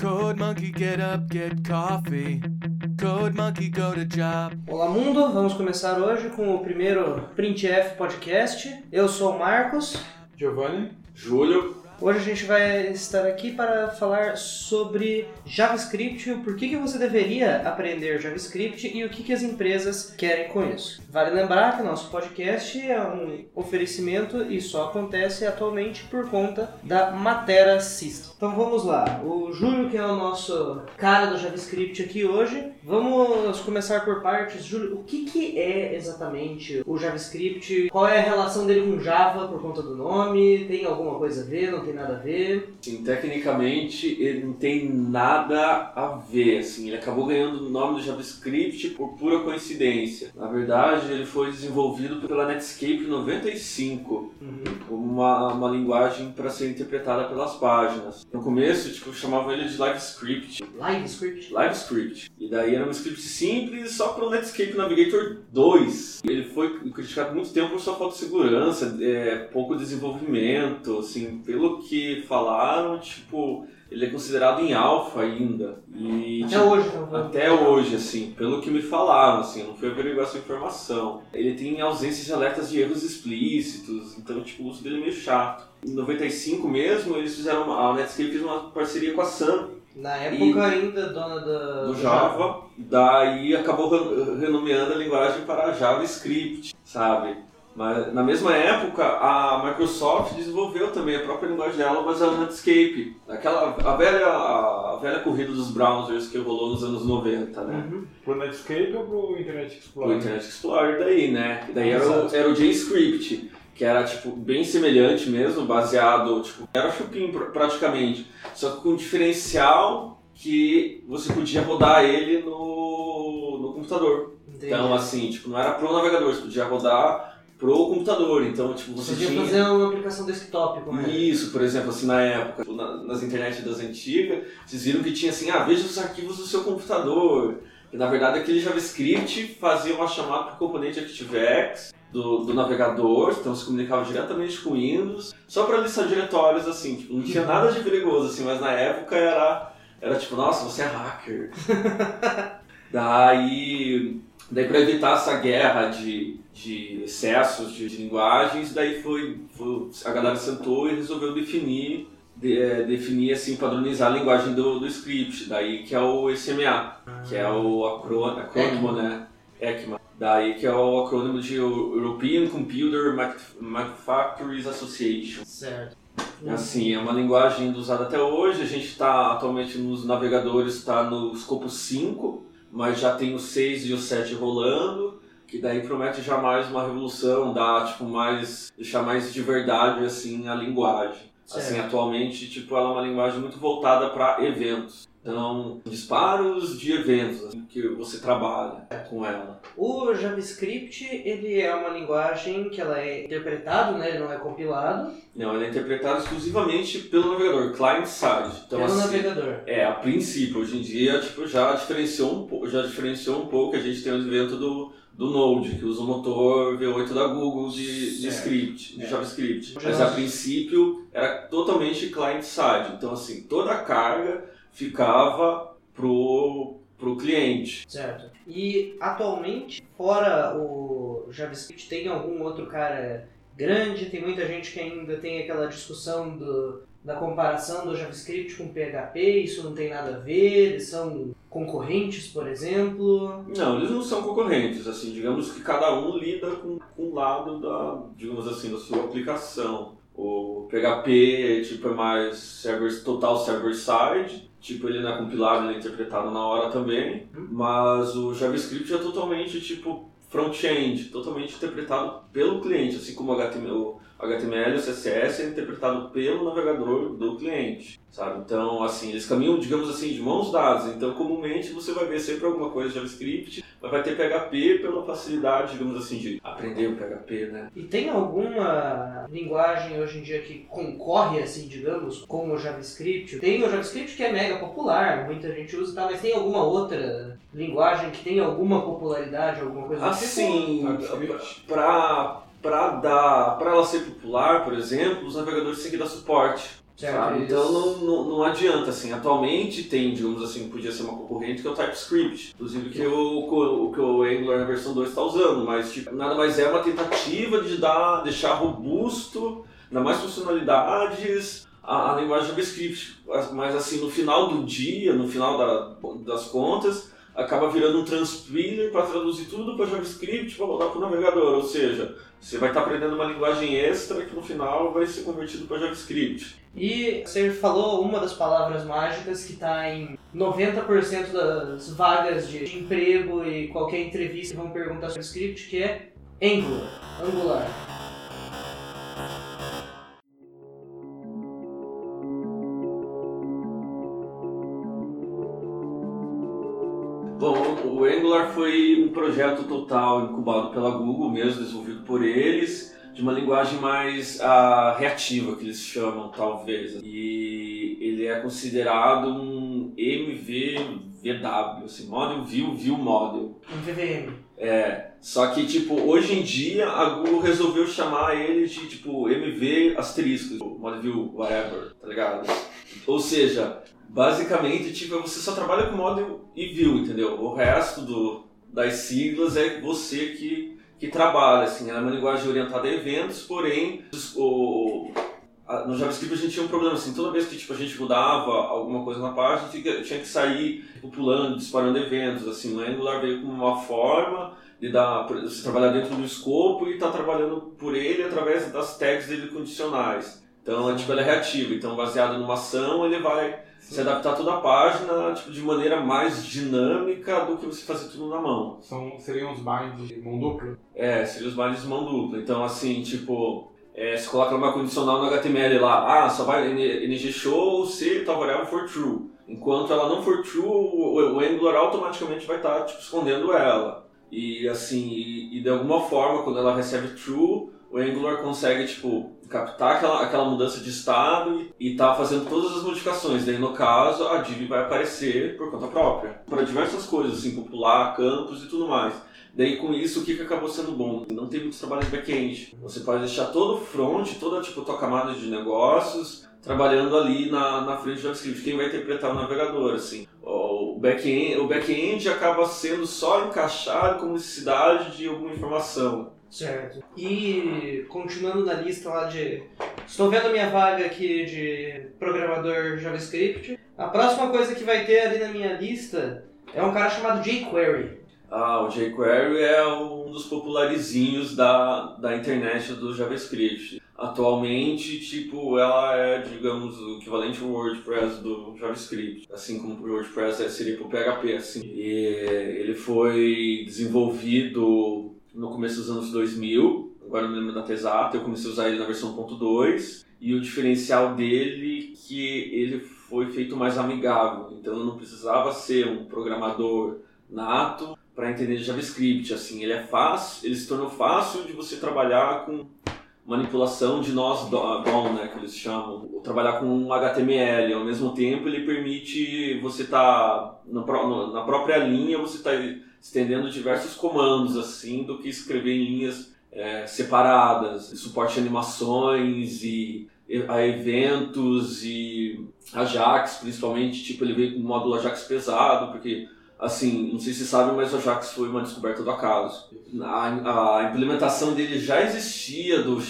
Code Monkey, get up, get coffee. Code Monkey, go to job. Olá mundo, vamos começar hoje com o primeiro PrintF Podcast. Eu sou o Marcos. Giovanni. Júlio. Hoje a gente vai estar aqui para falar sobre JavaScript, o porquê que você deveria aprender JavaScript e o que as empresas querem com isso. Vale lembrar que o nosso podcast é um oferecimento e só acontece atualmente por conta da Matera System. Então vamos lá, o Júlio, que é o nosso cara do JavaScript aqui hoje, vamos começar por partes. Júlio, o que é exatamente o JavaScript? Qual é a relação dele com Java por conta do nome? Tem alguma coisa a ver? Não tem nada a ver? Sim, tecnicamente ele não tem nada a ver, assim, ele acabou ganhando o nome do JavaScript por pura coincidência. Na verdade, ele foi desenvolvido pela Netscape em 95, como uma linguagem para ser interpretada pelas páginas. No começo, chamavam ele de LiveScript. LiveScript. E daí era um script simples só para o Netscape Navigator 2. Ele foi criticado muito tempo por sua falta de segurança, pouco desenvolvimento, assim, pelo que falaram, ele é considerado em alpha ainda. E, até hoje, assim, pelo que me falaram, assim, eu não fui averiguar essa informação. Ele tem ausência de alertas de erros explícitos, então, o uso dele é meio chato. Em 95 mesmo, eles fizeram a Netscape fez uma parceria com a Sun. Na época ainda dona do Java, daí acabou renomeando a linguagem para JavaScript, sabe? Mas na mesma época a Microsoft desenvolveu também a própria linguagem dela, mas a Netscape, a velha corrida dos browsers que rolou nos anos 90, né? Pro Netscape ou pro Internet Explorer? Pro Internet Explorer daí, né? Daí era o JScript, que era bem semelhante mesmo, baseado, era Chupin praticamente, só que com um diferencial que você podia rodar ele no computador. Entendi. Então assim, não era pro navegador, você podia rodar pro computador, então você podia fazer uma aplicação desktop com ele. Isso, por exemplo, assim, na época, nas internet das antigas, vocês viram que tinha assim, veja os arquivos do seu computador. E na verdade aquele JavaScript fazia uma chamada para o componente ActiveX do navegador, então se comunicava diretamente com o Windows, só para listar diretórios, assim, não tinha nada de perigoso, assim, mas na época era nossa, você é hacker. Daí para evitar essa guerra de excessos de linguagens, daí a galera sentou e resolveu definir assim, padronizar a linguagem do script, daí que é o SMA, que é o acrônimo, né? ECMA. Daí que é o acrônimo de European Computer Manufacturers Association. Certo. Assim, é uma linguagem usada até hoje, a gente está atualmente nos navegadores, está no escopo 5, mas já tem o 6 e o 7 rolando, que daí promete já mais uma revolução, deixar mais de verdade assim, a linguagem. Assim, atualmente, ela é uma linguagem muito voltada para eventos. Então, disparos de eventos assim, que você trabalha com ela. O JavaScript, ele é uma linguagem que ela é interpretado, né? Ele não é compilado. Não, ele é interpretado exclusivamente pelo navegador, client-side. Então, pelo navegador. A princípio, hoje em dia, já diferenciou um pouco. A gente tem o evento do Node, que usa o motor V8 da Google de script, de JavaScript. Mas a princípio era totalmente client-side. Então, assim, toda a carga ficava pro cliente. Certo. E atualmente, fora o JavaScript, tem algum outro cara grande? Tem muita gente que ainda tem aquela discussão da comparação do JavaScript com PHP, isso não tem nada a ver, eles são concorrentes, por exemplo? Não, eles não são concorrentes, assim, digamos que cada um lida com um lado da sua aplicação. O PHP é mais total server-side, ele não é compilado, ele é interpretado na hora também, mas o JavaScript é totalmente front-end, totalmente interpretado pelo cliente, assim como o HTML e o CSS é interpretado pelo navegador do cliente, sabe? Então, assim, eles caminham, digamos assim, de mãos dadas. Então, comumente, você vai ver sempre alguma coisa de JavaScript, mas vai ter PHP pela facilidade, digamos assim, de aprender o PHP, né? E tem alguma linguagem hoje em dia que concorre, assim, digamos, com o JavaScript? Tem o JavaScript que é mega popular, muita gente usa e tal, mas tem alguma outra linguagem que tem alguma popularidade, alguma coisa assim? Assim, para ela ser popular, por exemplo, os navegadores têm que dar suporte. Sabe? Então não adianta, assim, atualmente tem, digamos assim, podia ser uma concorrente que é o TypeScript, inclusive que o Angular na versão 2 está usando, mas tipo, nada mais é uma tentativa de deixar robusto, dar mais funcionalidades a linguagem JavaScript, mas assim, no final do dia, no final das contas, acaba virando um transpiler para traduzir tudo para JavaScript para rodar para o navegador, ou seja, você vai estar aprendendo uma linguagem extra que no final vai ser convertido para JavaScript. E você falou uma das palavras mágicas que está em 90% das vagas de emprego e qualquer entrevista que vão perguntar sobre script, que é Angular. Bom, o Angular foi um projeto total incubado pela Google mesmo, desenvolvido por eles, de uma linguagem mais reativa, que eles chamam, talvez. E ele é considerado um MVVW, assim, Model View Model. MVVM. Só que, tipo, hoje em dia a Google resolveu chamar ele de, tipo, MV asterisco, Model View whatever, tá ligado? Ou seja, basicamente, tipo, você só trabalha com Model e View, entendeu? O resto das siglas é você que trabalha, assim, é uma linguagem orientada a eventos, porém, no JavaScript a gente tinha um problema, assim, toda vez que tipo, a gente mudava alguma coisa na página, tinha que sair tipo, pulando, disparando eventos, assim, o Angular veio como uma forma de você trabalhar dentro do escopo e estar trabalhando por ele através das tags dele condicionais. Então, tipo, ele é reativo, então baseado numa ação, ele vai se adaptar a toda a página tipo, de maneira mais dinâmica do que você fazer tudo na mão. Seriam os binds de mão dupla? Seriam os binds de mão dupla. Então, assim, tipo, você coloca uma condicional no HTML lá, só vai ng-show se tal variável for true. Enquanto ela não for true, o Angular automaticamente vai estar tipo, escondendo ela. E, assim, e de alguma forma, quando ela recebe true, o Angular consegue, tipo, captar aquela mudança de estado e tá fazendo todas as modificações. Daí, no caso, a div vai aparecer por conta própria. Para diversas coisas, assim, popular, campos e tudo mais. Daí, com isso, o que acabou sendo bom? Não tem muito trabalho de back-end. Você pode deixar todo o front, toda, tipo, a tua camada de negócios, trabalhando ali na frente do JavaScript. Quem vai interpretar o navegador, assim. O back-end acaba sendo só encaixado com necessidade de alguma informação. Certo. E continuando na lista lá de... Estou vendo a minha vaga aqui de programador JavaScript. A próxima coisa que vai ter ali na minha lista é um cara chamado jQuery. O jQuery é um dos popularizinhos da internet do JavaScript. Atualmente, tipo, ela é, digamos, o equivalente ao WordPress do JavaScript. Assim como o WordPress seria para o PHP, assim. E ele foi desenvolvido no começo dos anos 2000, agora não lembro da data exata, eu comecei a usar ele na versão 1.2, e o diferencial dele é que ele foi feito mais amigável, então eu não precisava ser um programador nato para entender JavaScript, assim, ele se tornou fácil de você trabalhar com manipulação de nós DOM, né, que eles chamam, ou trabalhar com um HTML, ao mesmo tempo ele permite você estar na própria linha, você está estendendo diversos comandos, assim, do que escrever em linhas separadas, suporte a animações e a eventos e Ajax, principalmente, tipo, ele veio com o módulo Ajax pesado, porque, assim, não sei se vocês sabem, mas o Ajax foi uma descoberta do acaso. A implementação dele já existia do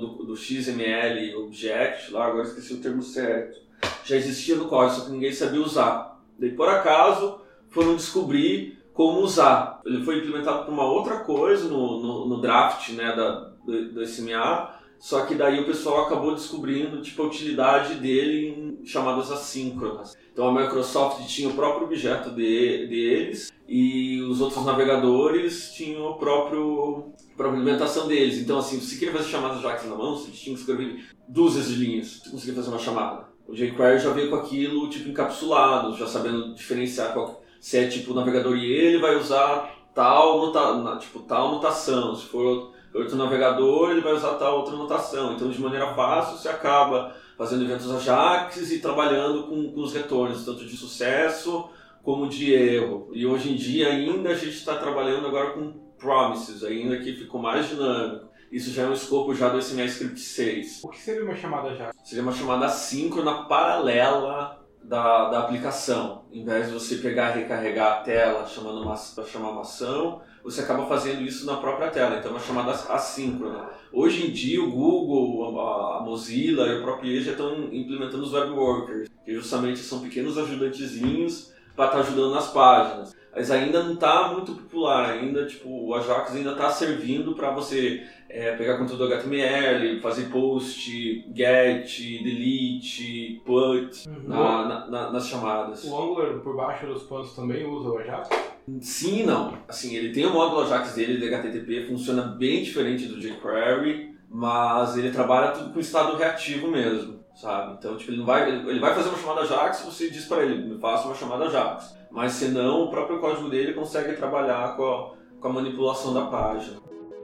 XML Object, lá, agora esqueci o termo certo, já existia no código, só que ninguém sabia usar. Daí, por acaso, foram descobrir como usar. Ele foi implementado por uma outra coisa no draft, né, do SMA, só que daí o pessoal acabou descobrindo tipo, a utilidade dele em chamadas assíncronas. Então a Microsoft tinha o próprio objeto deles e os outros navegadores tinham a própria implementação deles. Então assim, se você queria fazer chamadas Ajax na mão, você tinha que escrever dúzias de linhas para conseguir fazer uma chamada. O jQuery já veio com aquilo tipo encapsulado, já sabendo diferenciar se é tipo o navegador e ele vai usar tal notação, se for outro navegador ele vai usar tal outra notação. Então de maneira fácil você acaba fazendo eventos Ajax e trabalhando com os retornos, tanto de sucesso como de erro. E hoje em dia ainda a gente está trabalhando agora com promises, ainda que ficou mais dinâmico. Isso já é um escopo já do SMAScript 6. O que seria uma chamada JAX? Seria uma chamada assíncrona paralela da aplicação. Em vez de você pegar e recarregar a tela para chamar uma ação, você acaba fazendo isso na própria tela. Então é uma chamada assíncrona. Hoje em dia o Google, a Mozilla e o próprio Edge já estão implementando os web workers, que justamente são pequenos ajudantezinhos para estar ajudando nas páginas. Mas ainda não está muito popular, ainda tipo, o Ajax ainda está servindo para você pegar conteúdo HTML, fazer post, get, delete, put nas chamadas. O Angular por baixo dos panos também usa o Ajax? Sim e não. Assim, ele tem o módulo Ajax dele, de HTTP, funciona bem diferente do jQuery, mas ele trabalha tudo com estado reativo mesmo, sabe? Então, tipo, ele vai fazer uma chamada Ajax, você diz para ele, me faça uma chamada Ajax. Mas senão, o próprio código dele consegue trabalhar com a manipulação da página.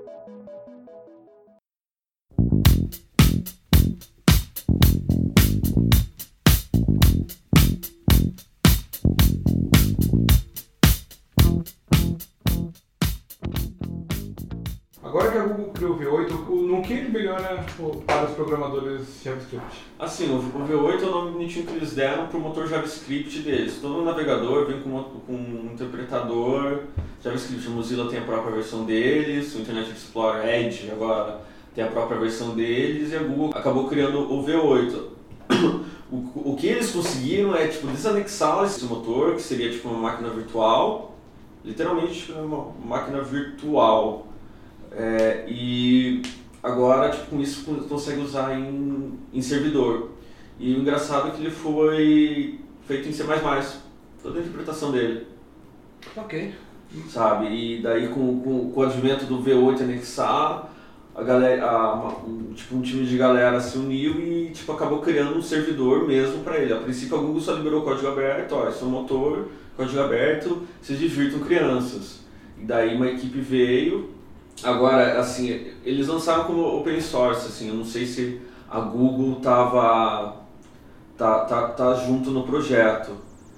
Agora que a Google criou o V8, no que ele melhora para os programadores JavaScript? Assim, o V8 é o nome bonitinho que eles deram para o motor JavaScript deles. Todo navegador vem com um interpretador JavaScript. A Mozilla tem a própria versão deles, o Internet Explorer Edge agora tem a própria versão deles e a Google acabou criando o V8. O que eles conseguiram é tipo, desanexar esse motor, que seria tipo, uma máquina virtual, literalmente tipo, uma máquina virtual. E agora tipo, com isso consegue usar em servidor. E o engraçado é que ele foi feito em C++, toda a interpretação dele. Ok. Sabe? E daí com o advento do V8 anexar, a galera, um time de galera se uniu e tipo, acabou criando um servidor mesmo para ele. A princípio a Google só liberou código aberto, esse é um motor, código aberto, se divirtam crianças. E daí uma equipe veio. Agora, assim, eles lançaram como open source, assim, eu não sei se a Google tá junto no projeto,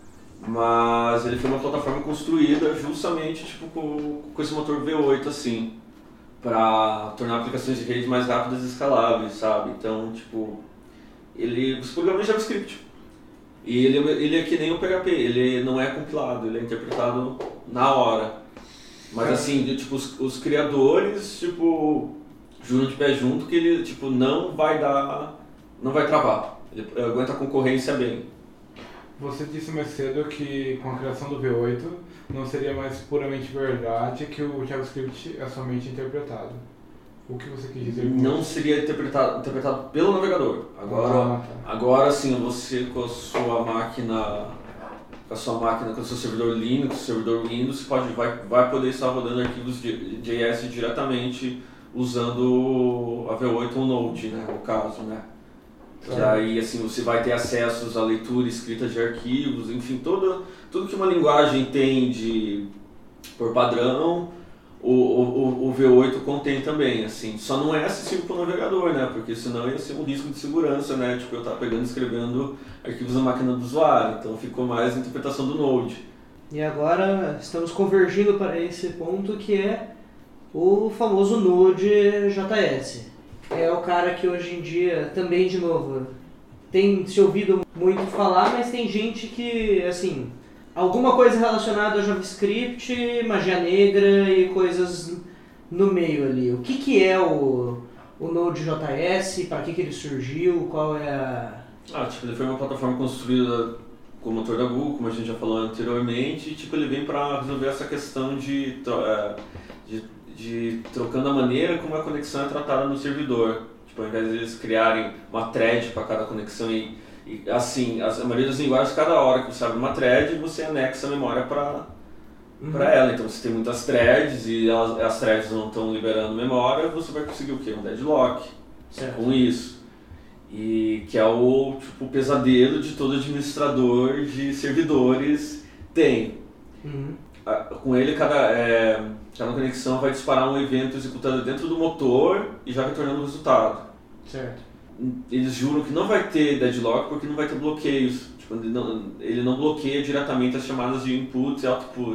mas ele foi uma plataforma construída justamente tipo, com esse motor V8, assim, para tornar aplicações de rede mais rápidas e escaláveis, sabe? Então, tipo, você programa em JavaScript. E ele é que nem o PHP, ele não é compilado, ele é interpretado na hora. Mas assim, tipo, os criadores, tipo, juram de pé junto que ele, tipo, não vai travar. Ele aguenta a concorrência bem. Você disse mais cedo que com a criação do V8 não seria mais puramente verdade que o JavaScript é somente interpretado. O que você quis dizer com isso? Não seria interpretado pelo navegador. Agora sim, você com a sua máquina, com o seu servidor Linux, servidor Windows, você vai poder estar rodando arquivos de JS diretamente usando a V8 ou Node, né, no caso, né? E aí, assim, você vai ter acessos à leitura e escrita de arquivos, enfim, tudo que uma linguagem tem por padrão, o V8 contém também, assim. Só não é acessível para o navegador, né? Porque senão ia ser um risco de segurança, né? Tipo, eu estar pegando e escrevendo arquivos na máquina do usuário, então ficou mais a interpretação do Node. E agora estamos convergindo para esse ponto que é o famoso Node.js. É o cara que hoje em dia, também de novo, tem se ouvido muito falar, mas tem gente que, assim, alguma coisa relacionada a JavaScript, magia negra e coisas no meio ali. O que é o Node.js, para que ele surgiu, qual é a... Tipo, ele foi uma plataforma construída com o motor da Google, como a gente já falou anteriormente, e tipo, ele vem para resolver essa questão de trocando a maneira como a conexão é tratada no servidor. Tipo, ao invés de eles criarem uma thread para cada conexão e assim, a maioria das linguagens, cada hora que você abre uma thread, você anexa a memória para ela. Então, você tem muitas threads e as threads não estão liberando memória, você vai conseguir o quê? Um deadlock com isso. E que é o pesadelo de todo administrador de servidores tem. Com ele, cada conexão vai disparar um evento executado dentro do motor e já retornando o resultado. Certo. Eles juram que não vai ter deadlock porque não vai ter bloqueios. Tipo, ele não bloqueia diretamente as chamadas de input e output.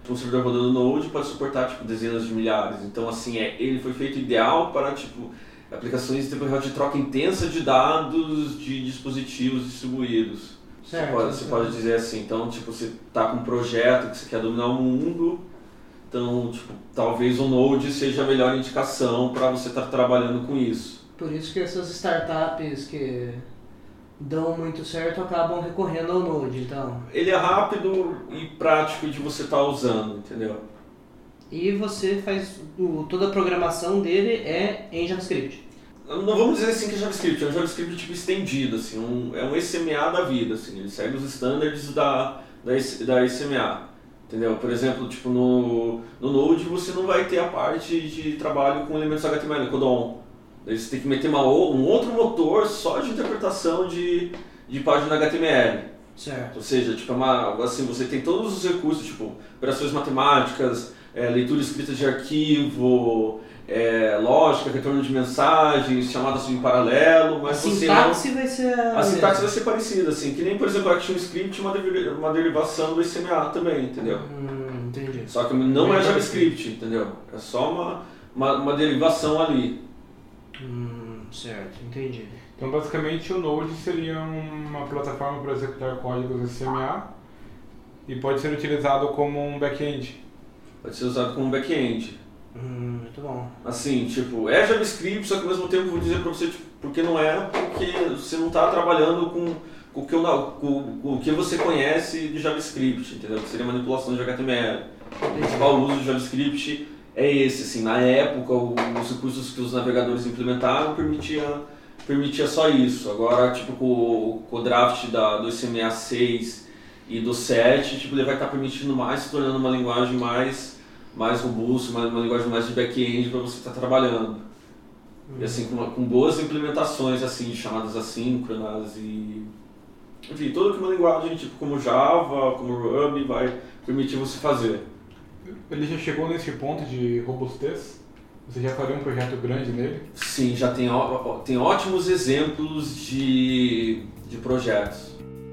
um servidor rodando Node pode suportar tipo, dezenas de milhares. Então, assim, ele foi feito ideal para tipo, aplicações em tempo real de troca intensa de dados de dispositivos distribuídos. Certo, Você pode dizer assim. Então, tipo, você está com um projeto que você quer dominar o mundo, então, tipo, talvez o Node seja a melhor indicação para você estar trabalhando com isso. Por isso que essas startups que dão muito certo acabam recorrendo ao Node, então. Ele é rápido e prático de você estar usando, entendeu? E você faz toda a programação dele é em JavaScript. Não vamos dizer assim que é JavaScript, é um JavaScript tipo estendido, assim, é um SMA da vida, assim, ele segue os standards da SMA, entendeu? Por exemplo, tipo no Node você não vai ter a parte de trabalho com elementos HTML, CODOM. Daí você tem que meter um outro motor só de interpretação de página HTML. Certo. Ou seja, tipo, assim, você tem todos os recursos, tipo, operações matemáticas, leitura e escrita de arquivo, lógica, retorno de mensagens, chamadas em paralelo, mas a sintaxe vai ser a sintaxe vai ser parecida, assim, que nem, por exemplo, a ActionScript é uma derivação do SMA também, entendeu? Entendi. Só que não é JavaScript, entendeu? É só uma derivação ali. Certo, entendi. Então, basicamente, o Node seria uma plataforma para executar códigos SMA e pode ser utilizado como um back-end. Pode ser usado como back-end. Muito bom. Assim, tipo, é JavaScript, só que ao mesmo tempo vou dizer para você, tipo, porque não é, porque você não está trabalhando com o que você conhece de JavaScript, entendeu? Que seria manipulação de HTML. O principal uso de JavaScript é esse, assim, na época os recursos que os navegadores implementaram permitia só isso. Agora, tipo, com o draft do SMA 6 e do 7, tipo, ele vai estar permitindo mais, se tornando uma linguagem mais robusta, uma linguagem mais de back-end para você estar trabalhando. E assim, com boas implementações, assim, de chamadas assíncronas e... Enfim, toda que uma linguagem, tipo, como Java, como Ruby, vai permitir você fazer. Ele já chegou nesse ponto de robustez? Você já faria um projeto grande nele? Sim, já tem ótimos exemplos de projetos.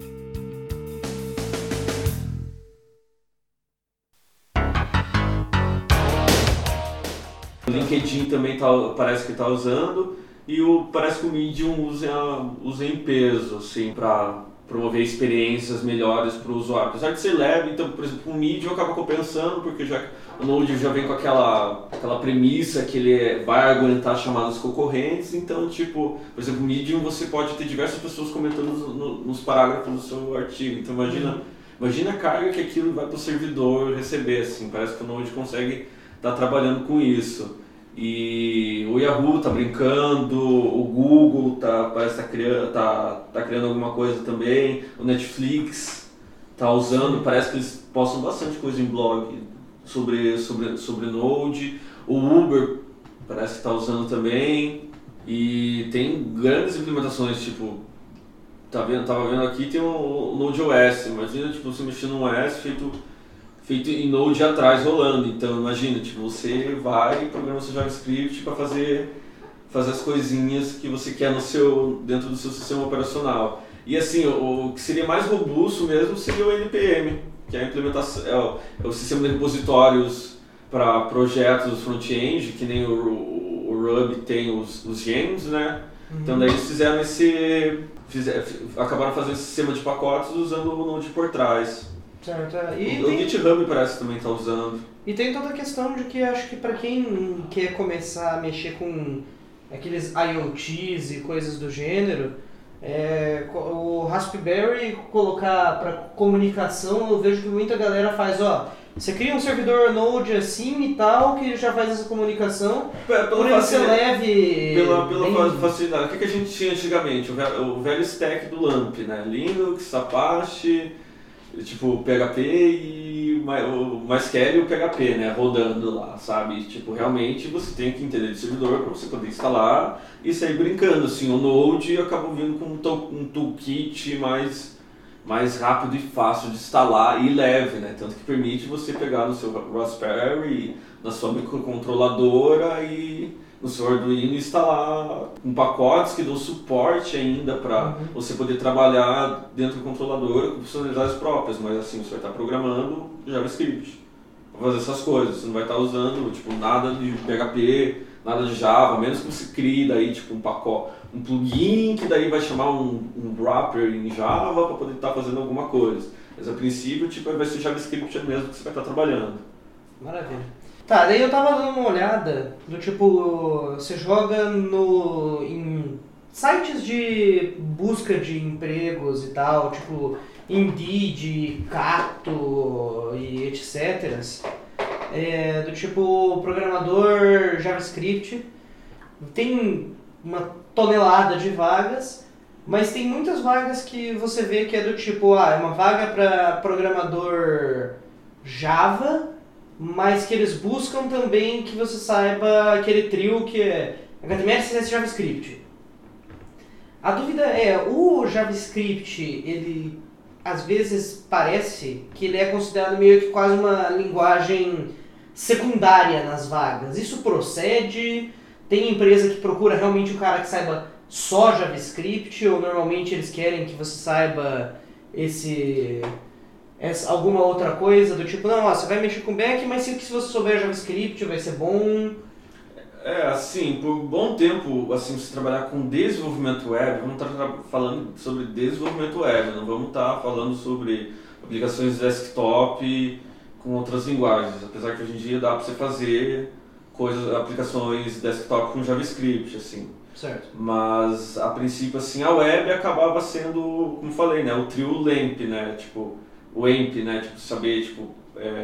O LinkedIn também parece que está usando e parece que o Medium usa em peso, assim, para promover experiências melhores para o usuário. Apesar de ser leve, então, por exemplo, o Medium acaba compensando, porque o Node já vem com aquela premissa que ele vai aguentar chamadas concorrentes, então, tipo, por exemplo, o Medium você pode ter diversas pessoas comentando nos parágrafos do seu artigo, então imagina a carga que aquilo vai para o servidor receber, assim, parece que o Node consegue estar trabalhando com isso. E o Yahoo tá brincando, o Google parece que tá criando alguma coisa também, o Netflix tá usando, parece que eles postam bastante coisa em blog sobre Node, o Uber parece que tá usando também, e tem grandes implementações, tipo, tava vendo aqui, tem o Node.js, imagina tipo, você mexer num OS feito em Node atrás rolando, então imagina, tipo, você vai e programa seu JavaScript para fazer as coisinhas que você quer dentro do seu sistema operacional. E assim, o que seria mais robusto mesmo seria o NPM, que é a implementação, é o sistema de repositórios para projetos front-end, que nem o Ruby tem os gems, né? Então daí eles acabaram fazendo esse sistema de pacotes usando o Node por trás. Certo. O GitHub parece que também está usando. E tem toda a questão de que acho que para quem quer começar a mexer com aqueles IoTs e coisas do gênero, o Raspberry colocar para comunicação, eu vejo que muita galera faz, você cria um servidor Node assim e tal, que já faz essa comunicação, por ele ser leve... Pela facilidade. O que a gente tinha antigamente? O velho stack do LAMP, né? Linux, Apache... tipo PHP e o MySQL e o PHP, né, rodando lá, sabe? Tipo, realmente você tem que entender de servidor para você poder instalar e sair brincando, assim. O Node acabou vindo com um toolkit mais rápido e fácil de instalar e leve, né? Tanto que permite você pegar no seu Raspberry, na sua microcontroladora e no seu Arduino instalar com pacotes que dão suporte ainda para você poder trabalhar dentro do controlador com funcionalidades próprias, mas assim, você vai estar programando JavaScript. para fazer essas coisas. Você não vai estar usando tipo, nada de PHP, nada de Java, a menos que você crie daí tipo, um pacote, um plugin que daí vai chamar um wrapper em Java para poder estar fazendo alguma coisa. Mas a princípio tipo, vai ser JavaScript mesmo que você vai estar trabalhando. Maravilha. Tá, daí eu tava dando uma olhada do tipo, você joga em sites de busca de empregos e tal, tipo Indeed, Cato e etc. Do tipo programador JavaScript, tem uma tonelada de vagas, mas tem muitas vagas que você vê que é do tipo, é uma vaga para programador Java, mas que eles buscam também que você saiba aquele trio que é HTML, CSS e JavaScript. A dúvida é, o JavaScript, ele às vezes parece que ele é considerado meio que quase uma linguagem secundária nas vagas. Isso procede? Tem empresa que procura realmente um cara que saiba só JavaScript, ou normalmente eles querem que você saiba alguma outra coisa do tipo, não, você vai mexer com back, mas se você souber JavaScript vai ser bom. Assim, por um bom tempo, assim, você trabalhar com desenvolvimento web, vamos estar falando sobre desenvolvimento web, não vamos estar falando sobre aplicações desktop com outras linguagens, apesar que hoje em dia dá para você fazer aplicações desktop com JavaScript, assim. Certo. Mas, a princípio, assim, a web acabava sendo, como falei, né, o trio LAMP, né, tipo, o AMP, né, tipo, saber, tipo,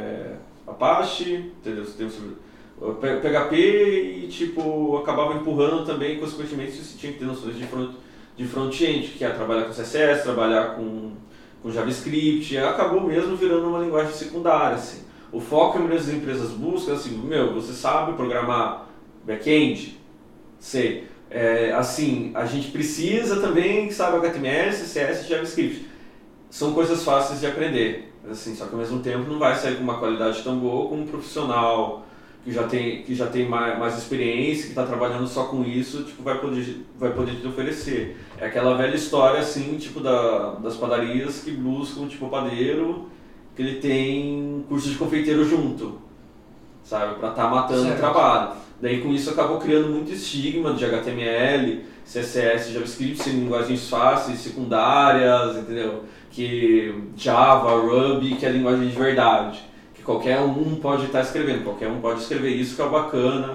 Apache, entendeu? Você tem PHP e, tipo, acabava empurrando também, consequentemente, você tinha que ter noções de front-end, que é trabalhar com CSS, trabalhar com JavaScript, acabou mesmo virando uma linguagem secundária, assim. O foco que a maioria das empresas busca, assim, você sabe programar back-end? Sei. Assim, a gente precisa também que saiba HTML, CSS e JavaScript. São coisas fáceis de aprender, assim, só que ao mesmo tempo não vai sair com uma qualidade tão boa como um profissional que já tem mais experiência, que está trabalhando só com isso, tipo, vai poder te oferecer. É aquela velha história, assim, tipo, das padarias que buscam, tipo, o padeiro, que ele tem curso de confeiteiro junto, sabe, para estar matando o trabalho. Daí com isso acabou criando muito estigma de HTML, CSS, JavaScript, sem linguagens fáceis, secundárias, entendeu? Que Java, Ruby, que é a linguagem de verdade. Que qualquer um pode estar escrevendo, qualquer um pode escrever. Isso que é o bacana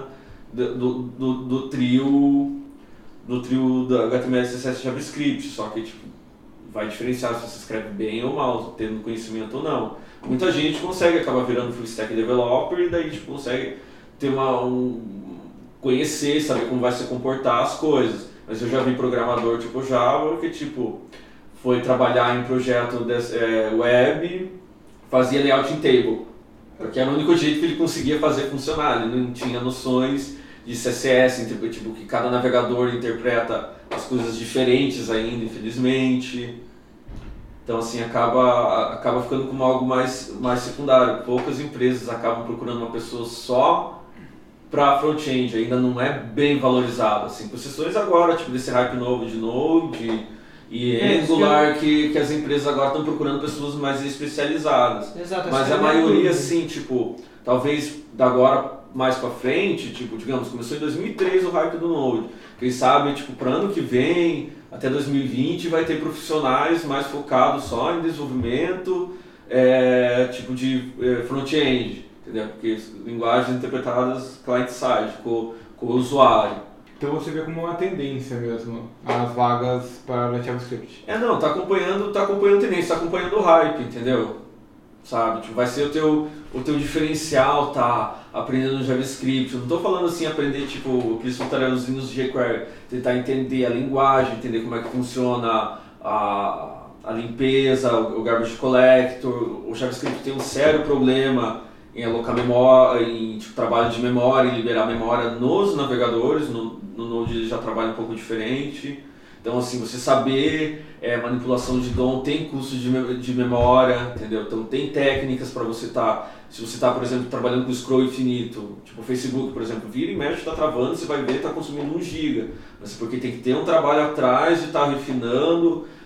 do trio da HTML, CSS e JavaScript. Só que tipo, vai diferenciar se você escreve bem ou mal, tendo conhecimento ou não. Muita gente consegue acabar virando full stack developer e daí tipo, consegue ter conhecer, saber como vai se comportar as coisas. Mas eu já vi programador tipo Java que tipo, foi trabalhar em projeto web, fazia layout em table, porque era o único jeito que ele conseguia fazer funcionar. Ele não tinha noções de CSS, tipo, que cada navegador interpreta as coisas diferentes ainda, infelizmente. Então assim, acaba ficando como algo mais secundário. Poucas empresas acabam procurando uma pessoa só para front-end, ainda não é bem valorizado. Assim, com exceções agora, tipo desse hype novo de Node e Angular, que as empresas agora estão procurando pessoas mais especializadas. Exato, mas a maioria, assim, tipo, talvez da agora mais pra frente, tipo, digamos, começou em 2003 o hype do Node. Quem sabe, tipo, para ano que vem, até 2020, vai ter profissionais mais focados só em desenvolvimento, tipo de front-end, entendeu? Porque linguagens interpretadas client-side, com o usuário. Então você vê como uma tendência mesmo, as vagas para JavaScript. Não, tá acompanhando a tendência, tá acompanhando o hype, entendeu? Sabe, tipo, vai ser o teu diferencial, tá aprendendo JavaScript. Eu não tô falando assim, aprender tipo, aqueles tutorialzinhos de jQuery, tentar entender a linguagem, entender como é que funciona a limpeza, o garbage collector. O JavaScript tem um sério problema em alocar memória, em tipo, trabalho de memória, em liberar memória nos navegadores. No Node ele já trabalha um pouco diferente. Então assim, você saber manipulação de DOM tem curso de memória, entendeu? Então tem técnicas para você se você está, por exemplo, trabalhando com scroll infinito, tipo o Facebook, por exemplo, vira e mexe, está travando, você vai ver, está consumindo 1 GB. Mas porque tem que ter um trabalho atrás de estar refinando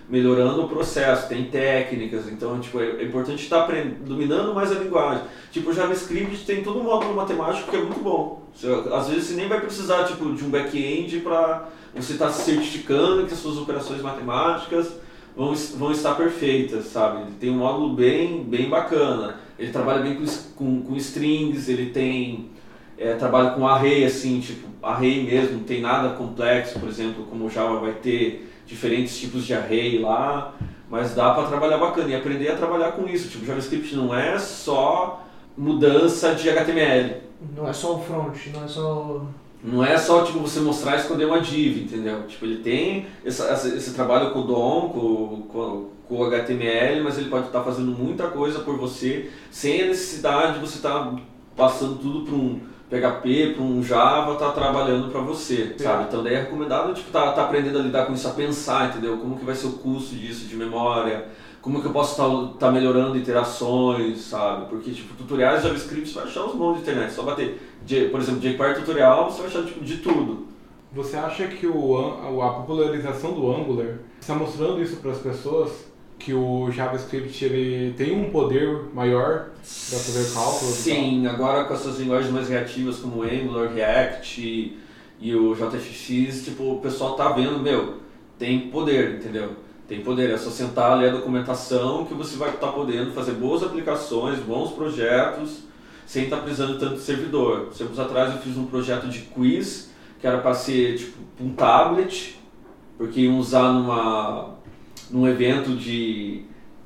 melhorando o processo, tem técnicas, então tipo, é importante estar dominando mais a linguagem. Tipo, o JavaScript tem todo um módulo matemático que é muito bom. Às vezes você nem vai precisar tipo, de um back-end para você estar se certificando que as suas operações matemáticas vão estar perfeitas, sabe? Ele tem um módulo bem bacana, ele trabalha bem com strings, ele tem trabalha com array, assim, tipo, array mesmo, não tem nada complexo, por exemplo, como o Java vai ter diferentes tipos de array lá, mas dá para trabalhar bacana e aprender a trabalhar com isso. Tipo, JavaScript não é só mudança de HTML. Não é só o front, não é só... Não é só tipo, você mostrar e esconder uma div, entendeu? Tipo, ele tem esse trabalho com o DOM, com o HTML, mas ele pode estar fazendo muita coisa por você, sem a necessidade de você estar passando tudo para um PHP, para um Java, tá trabalhando para você, sabe? Então daí é recomendado tipo, tá aprendendo a lidar com isso, a pensar, entendeu? Como que vai ser o custo disso de memória, como que eu posso tá melhorando iterações, sabe? Porque tipo, tutoriais de JavaScript você vai achar os montes de internet, só bater, por exemplo, jQuery tutorial, você vai achar tipo, de tudo. Você acha que a popularização do Angular está mostrando isso para as pessoas? Que o JavaScript ele tem um poder maior para fazer cálculos? Sim, agora com essas linguagens mais reativas como Angular, React e o JSX, tipo, o pessoal tá vendo, tem poder, entendeu? Tem poder, é só sentar, ler a documentação que você vai estar podendo fazer boas aplicações, bons projetos, sem estar precisando tanto de servidor. Tempos atrás eu fiz um projeto de quiz, que era para ser tipo um tablet, porque iam usar num evento de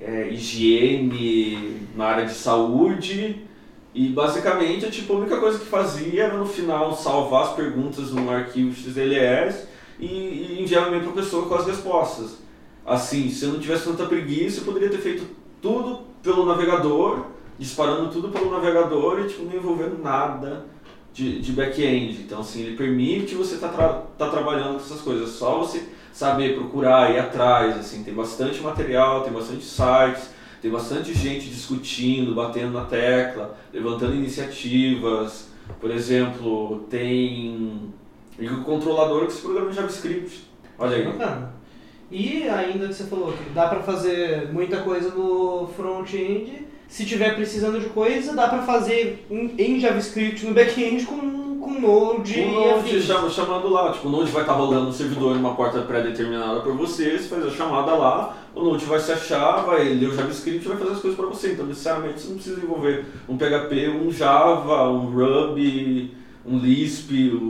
higiene na área de saúde, e basicamente tipo, a única coisa que fazia era no final salvar as perguntas num arquivo XLS e enviar um e-mail para a pessoa com as respostas. Assim, se eu não tivesse tanta preguiça, eu poderia ter feito tudo pelo navegador, disparando tudo pelo navegador e tipo, não envolvendo nada de back-end. Então assim, ele permite você tá trabalhando com essas coisas, só você saber procurar, ir atrás, assim, tem bastante material, tem bastante sites, tem bastante gente discutindo, batendo na tecla, levantando iniciativas. Por exemplo, tem o controlador que se programa em JavaScript. Olha aí. Bacana. E ainda que você falou que dá para fazer muita coisa no front-end, se tiver precisando de coisa, dá para fazer em JavaScript no back-end com Node e Node chamando lá, tipo, o Node vai estar rolando no servidor numa porta pré-determinada por você faz a chamada lá, o Node vai se achar, vai ler o JavaScript e vai fazer as coisas para você. Então, necessariamente, você não precisa envolver um PHP, um Java, um Ruby, um Lisp,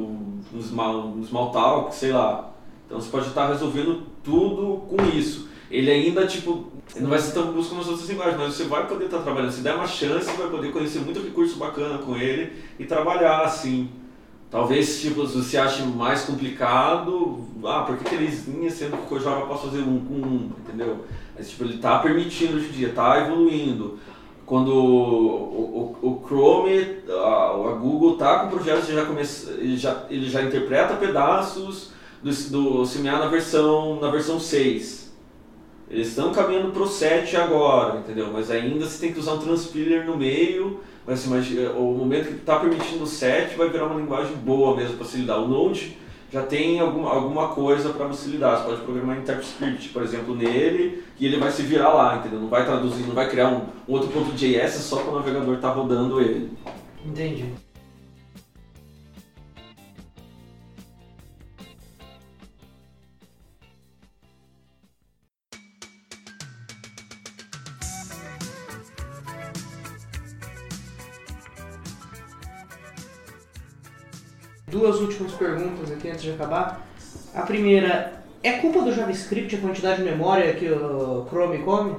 um Smalltalk, sei lá. Então, você pode estar resolvendo tudo com isso. Ele ainda, tipo, não vai ser tão busco como as outras linguagens, mas você vai poder estar trabalhando. Se der uma chance, você vai poder conhecer muito recurso bacana com ele e trabalhar assim. Talvez, tipo, você ache mais complicado, por que ele vinha sendo que o Java posso fazer um com um, entendeu? Mas, tipo, ele está permitindo hoje em dia, está evoluindo. Quando o Chrome, a Google está com projetos, ele já interpreta pedaços do CMA na versão 6. Eles estão caminhando para o 7 agora, entendeu? Mas ainda você tem que usar um transpiler no meio. Mas assim, o momento que está permitindo o 7 vai virar uma linguagem boa mesmo para se lidar. O Node já tem alguma coisa para você lidar. Você pode programar em TypeScript, por exemplo, nele, e ele vai se virar lá, entendeu? Não vai traduzir, não vai criar um outro ponto .js só para o navegador estar rodando ele. Entendi. Duas últimas perguntas aqui antes de acabar. A primeira, é culpa do JavaScript a quantidade de memória que o Chrome come?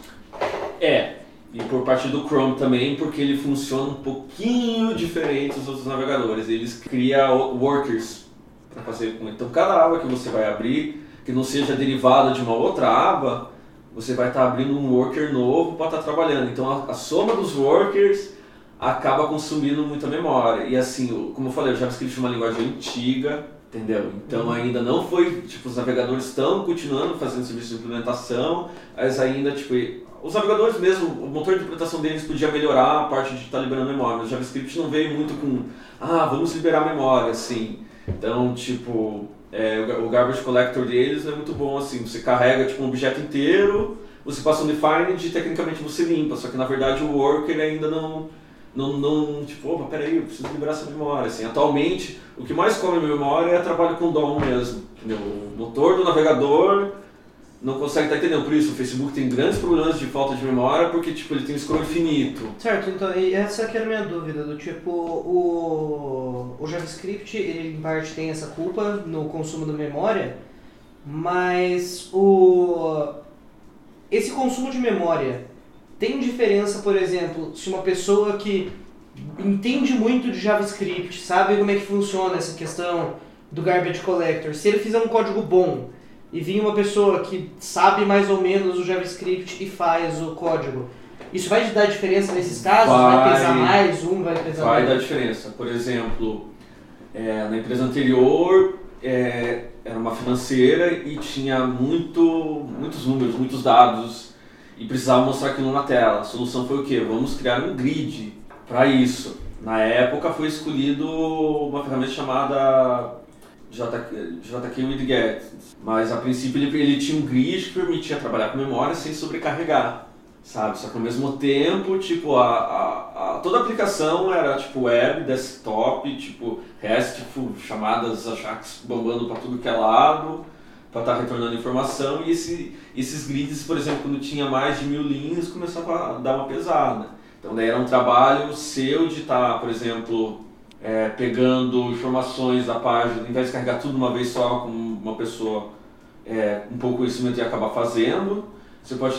E por parte do Chrome também, porque ele funciona um pouquinho diferente dos outros navegadores. Eles criam workers para fazer com. Então, cada aba que você vai abrir, que não seja derivada de uma outra aba, você vai estar abrindo um worker novo para estar trabalhando. Então, a soma dos workers acaba consumindo muita memória. E assim, como eu falei, o JavaScript é uma linguagem antiga, entendeu? Então ainda não foi, tipo, os navegadores estão continuando fazendo serviço de implementação, mas ainda, tipo, os navegadores mesmo, o motor de implementação deles podia melhorar a parte de estar liberando memória, mas o JavaScript não veio muito com, vamos liberar memória, assim. Então, tipo, o garbage collector deles é muito bom assim, você carrega tipo um objeto inteiro, você passa um defined e tecnicamente você limpa, só que na verdade o worker ainda não tipo, opa, peraí, eu preciso liberar essa memória, assim, atualmente o que mais come memória é trabalho com DOM mesmo, entendeu? O motor do navegador não consegue estar entendendo, por isso o Facebook tem grandes problemas de falta de memória, porque tipo, ele tem um scroll infinito. Certo, então e essa que era a minha dúvida, do tipo, o JavaScript, ele em parte tem essa culpa no consumo da memória, mas esse consumo de memória tem diferença, por exemplo, se uma pessoa que entende muito de JavaScript, sabe como é que funciona essa questão do garbage collector, se ele fizer um código bom e vir uma pessoa que sabe mais ou menos o JavaScript e faz o código, isso vai dar diferença nesses casos? Vai pesar mais? Vai pesar Vai mais? dar diferença. Por exemplo, na empresa anterior era uma financeira e tinha muitos números, muitos dados e precisava mostrar aquilo na tela. A solução foi o quê? Vamos criar um grid para isso. Na época foi escolhido uma ferramenta chamada JK Widget, mas a princípio ele tinha um grid que permitia trabalhar com memória sem sobrecarregar, sabe? Só que ao mesmo tempo, tipo, toda a aplicação era tipo web, desktop, tipo RESTful, chamadas Ajax bombando para tudo que é lado, para estar retornando informação, e esses grids, por exemplo, quando tinha mais de 1000 linhas, começava a dar uma pesada. Então daí era um trabalho seu de estar, por exemplo, pegando informações da página, ao invés de carregar tudo de uma vez só, como uma pessoa um pouco conhecimento ia acabar fazendo, você pode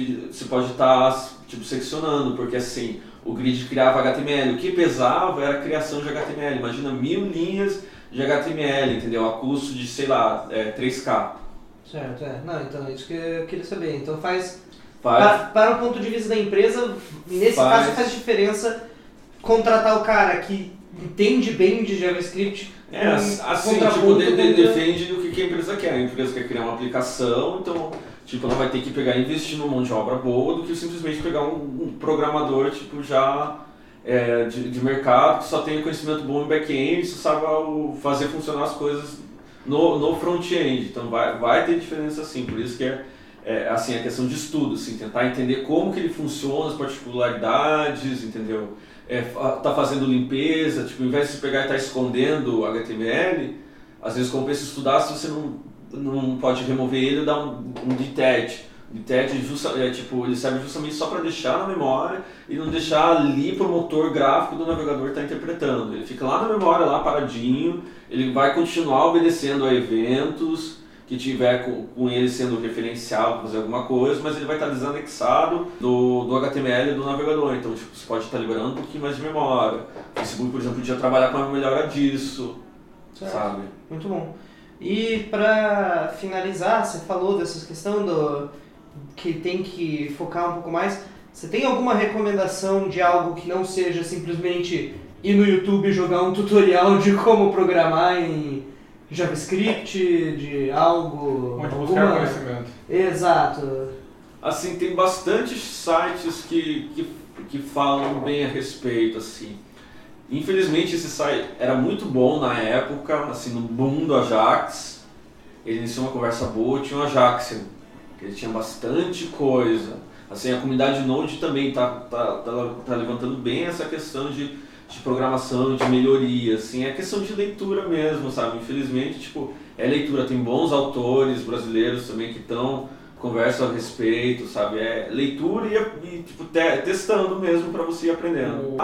estar tipo, seccionando, porque assim, o grid criava HTML, o que pesava era a criação de HTML, imagina 1000 linhas de HTML, entendeu? A custo de, sei lá, 3K. Certo, não, então é isso que eu queria saber. Então para o ponto de vista da empresa, nesse caso faz diferença contratar o cara que entende bem de JavaScript. Assim, tipo, depende do que a empresa quer. A empresa quer criar uma aplicação, então, tipo, ela vai ter que pegar e investir numa mão de obra boa do que simplesmente pegar um programador, tipo, já de mercado, que só tem conhecimento bom em back-end, só sabe fazer funcionar as coisas no front-end. Então, vai ter diferença, assim, por isso que assim, a questão de estudo, assim, tentar entender como que ele funciona, as particularidades, entendeu? Tá fazendo limpeza, tipo, ao invés de você pegar e estar escondendo o HTML, às vezes compensa estudar se você não pode remover ele e dar um detach. Detach tipo, ele serve justamente só para deixar na memória e não deixar ali para o motor gráfico do navegador estar interpretando. Ele fica lá na memória, lá paradinho, ele vai continuar obedecendo a eventos que tiver com ele sendo referencial para fazer alguma coisa, mas ele vai estar desanexado do HTML do navegador. Então, tipo, você pode estar liberando um pouquinho mais de memória. O Facebook, por exemplo, podia trabalhar com a melhora disso, certo. Sabe? Muito bom. E para finalizar, você falou dessa questão que tem que focar um pouco mais. Você tem alguma recomendação de algo que não seja simplesmente ir no YouTube e jogar um tutorial de como programar em JavaScript, de algo... Onde buscar conhecimento. Exato. Assim, tem bastante sites que falam bem a respeito, assim. Infelizmente esse site era muito bom na época, assim, no boom do Ajax. Ele iniciou uma conversa boa, tinha o Ajaxian, que ele tinha bastante coisa. Assim, a comunidade Node também tá levantando bem essa questão de programação, de melhoria, assim, é questão de leitura mesmo, sabe? Infelizmente, tipo, leitura, tem bons autores brasileiros também que conversam a respeito, sabe? É leitura e tipo, testando mesmo para você ir aprendendo.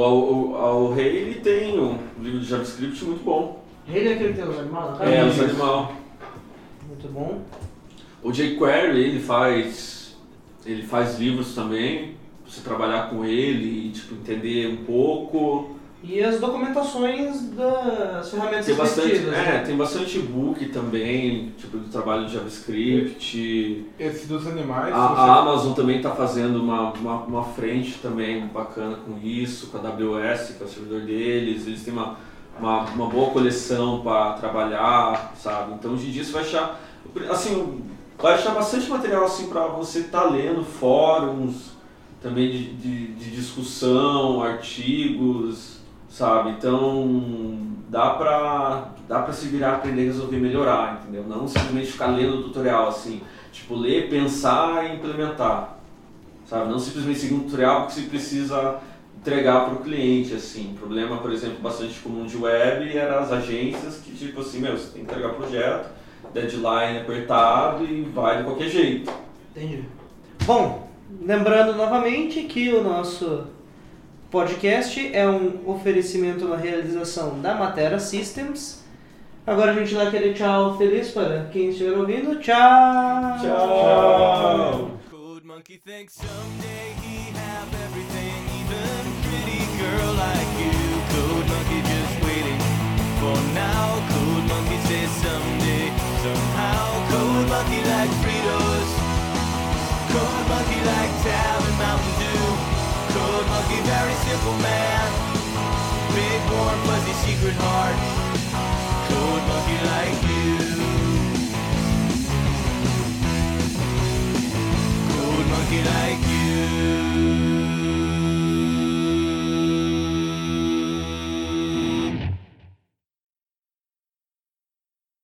O Rei, ele tem um livro de JavaScript muito bom. Ele é aquele que tem os animais? Os animais. Muito bom. O jQuery, ele faz livros também, pra você trabalhar com ele e tipo, entender um pouco. E as documentações das ferramentas respectivas, né? Tem bastante e-book também, tipo, do trabalho de JavaScript. Esse dos animais... A Amazon também está fazendo uma frente também bacana com isso, com a AWS, que é o servidor deles. Eles têm uma boa coleção para trabalhar, sabe? Então, hoje em dia você vai achar... Assim, vai achar bastante material assim, para você estar lendo, fóruns também de discussão, artigos... sabe? Então dá pra se virar, aprender, resolver, melhorar, entendeu? Não simplesmente ficar lendo o tutorial assim, tipo, ler, pensar e implementar, sabe? Não simplesmente seguir um tutorial porque você precisa entregar para o cliente, assim. O problema, por exemplo, bastante comum de web era as agências que, tipo assim, você tem que entregar projeto, deadline apertado e vai de qualquer jeito. Entendi. Bom, lembrando novamente que o nosso podcast é um oferecimento, uma realização da Matera Systems. Agora a gente vai querer tchau feliz para quem estiver ouvindo. Tchau! Tchau! Code Monkey thinks someday he have everything, even pretty girl like you. Code Monkey just waiting for now. Code Monkey says someday, somehow. Code Monkey like Fritos. Code Monkey like Tab and Mountain Dew. Code Monkey very simple man. Big warm fuzzy secret heart.